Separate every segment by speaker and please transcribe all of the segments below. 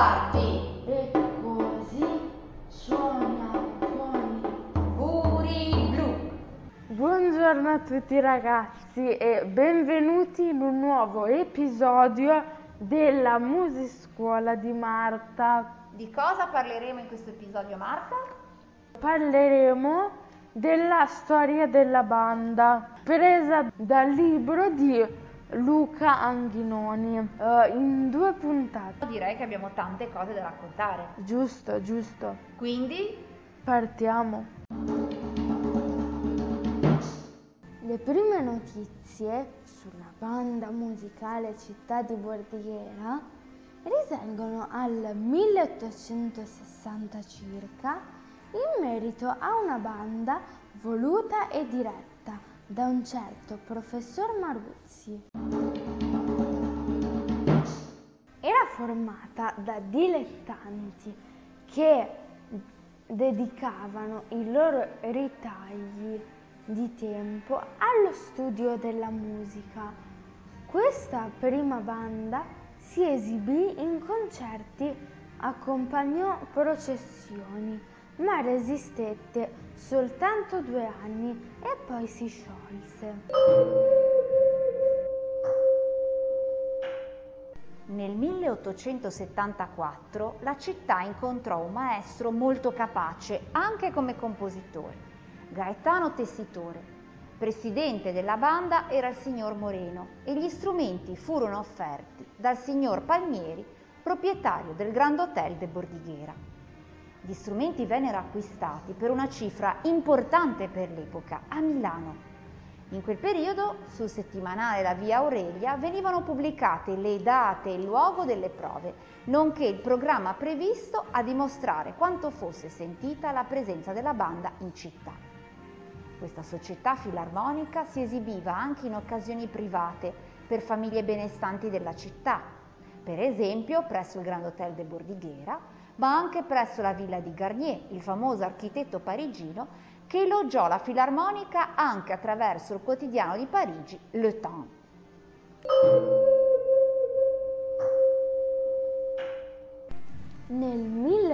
Speaker 1: parti.
Speaker 2: E così suonano con i
Speaker 1: Tamburi blu.
Speaker 2: Buongiorno a tutti ragazzi e benvenuti in un nuovo episodio della Musiscuola di Marta.
Speaker 1: Di cosa parleremo in questo episodio, Marta?
Speaker 2: Parleremo della storia della banda, presa dal libro di Luca Anghinoni, in 2 puntate.
Speaker 1: Direi che abbiamo tante cose da raccontare.
Speaker 2: Giusto.
Speaker 1: Quindi,
Speaker 2: Partiamo. Le prime notizie sulla banda musicale Città di Bordighera risalgono al 1860 circa, in merito a una banda voluta e diretta da un certo professor Maruzzi. Era formata da dilettanti che dedicavano i loro ritagli di tempo allo studio della musica. Questa prima banda si esibì in concerti, accompagnò processioni, ma resistette soltanto 2 anni e poi si sciolse.
Speaker 1: nel 1874 la città incontrò un maestro molto capace anche come compositore, Gaetano Tessitore. Presidente della banda era il signor Moreno e gli strumenti furono offerti dal signor Palmieri, proprietario del Grand Hotel de Bordighera. Gli strumenti vennero acquistati per una cifra importante per l'epoca a Milano. In quel periodo, sul settimanale La Via Aurelia, venivano pubblicate le date e il luogo delle prove, nonché il programma previsto a dimostrare quanto fosse sentita la presenza della banda in città. Questa società filarmonica si esibiva anche in occasioni private per famiglie benestanti della città, per esempio presso il Grand Hotel de Bordighera, ma anche presso la villa di Garnier, il famoso architetto parigino che elogiò la filarmonica anche attraverso il quotidiano di Parigi Le Temps.
Speaker 2: Nel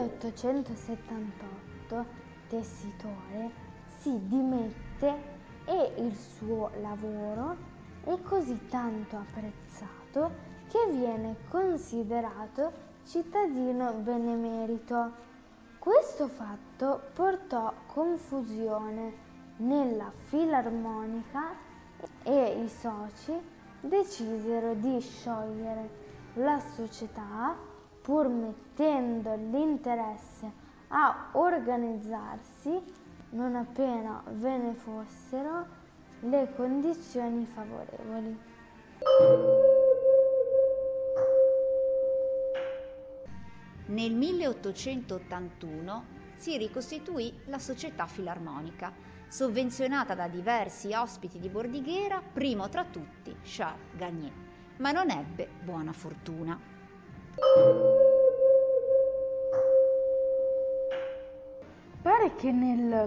Speaker 2: 1878 Tessitore si dimette e il suo lavoro è così tanto apprezzato che viene considerato cittadino benemerito. Questo fatto portò confusione nella filarmonica e i soci decisero di sciogliere la società, pur mettendo l'interesse a organizzarsi non appena ve ne fossero le condizioni favorevoli.
Speaker 1: Nel 1881 si ricostituì la Società Filarmonica, sovvenzionata da diversi ospiti di Bordighera, primo tra tutti Charles Garnier, ma non ebbe buona fortuna.
Speaker 2: Pare che nel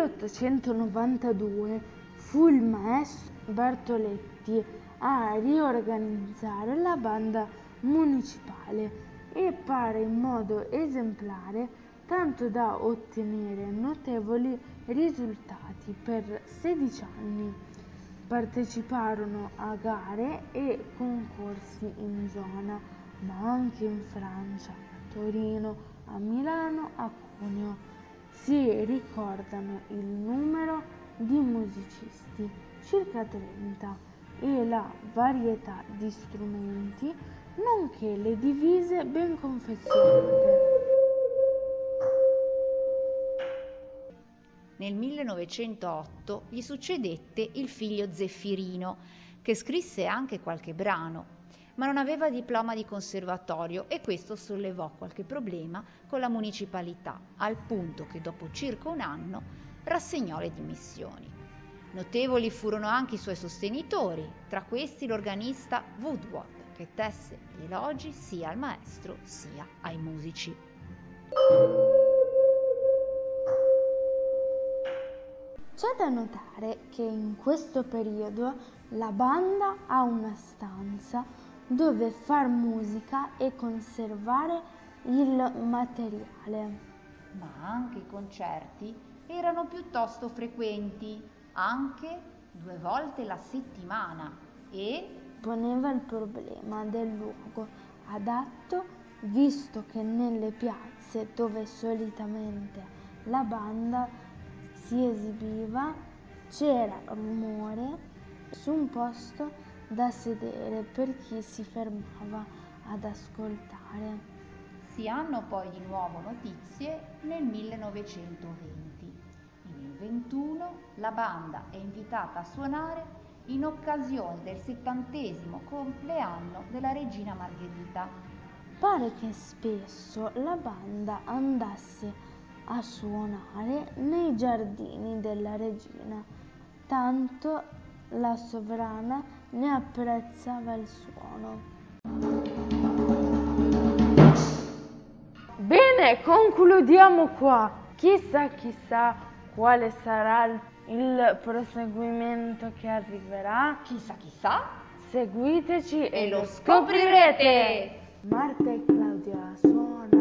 Speaker 2: 1892 fu il maestro Bartoletti a riorganizzare la banda municipale e pare in modo esemplare, tanto da ottenere notevoli risultati. Per 16 anni parteciparono a gare e concorsi in zona, ma anche in Francia, a Torino, a Milano, a Cuneo. Si ricordano il numero di musicisti, circa 30, e la varietà di strumenti, nonché le divise ben confezionate.
Speaker 1: Nel 1908 gli succedette il figlio Zeffirino, che scrisse anche qualche brano, ma non aveva diploma di conservatorio e questo sollevò qualche problema con la municipalità, al punto che dopo circa un anno rassegnò le dimissioni. Notevoli furono anche i suoi sostenitori, tra questi l'organista Woodward, che tesse gli elogi sia al maestro sia ai musici.
Speaker 2: C'è da notare che in questo periodo la banda ha una stanza dove far musica e conservare il materiale.
Speaker 1: Ma anche i concerti erano piuttosto frequenti, anche 2 volte la settimana, e
Speaker 2: Poneva il problema del luogo adatto, visto che nelle piazze dove solitamente la banda si esibiva c'era rumore su un posto da sedere per chi si fermava ad ascoltare.
Speaker 1: si hanno poi di nuovo notizie nel 1920. Il 21 la banda è invitata a suonare in occasione del 70° compleanno della regina Margherita.
Speaker 2: Pare che spesso la banda andasse a suonare nei giardini della regina, tanto la sovrana ne apprezzava il suono.
Speaker 3: Bene, concludiamo qua. Chissà quale sarà il proseguimento che arriverà.
Speaker 1: Chissà,
Speaker 3: Seguiteci
Speaker 1: e lo scoprirete!
Speaker 3: Marta e Claudia suonano.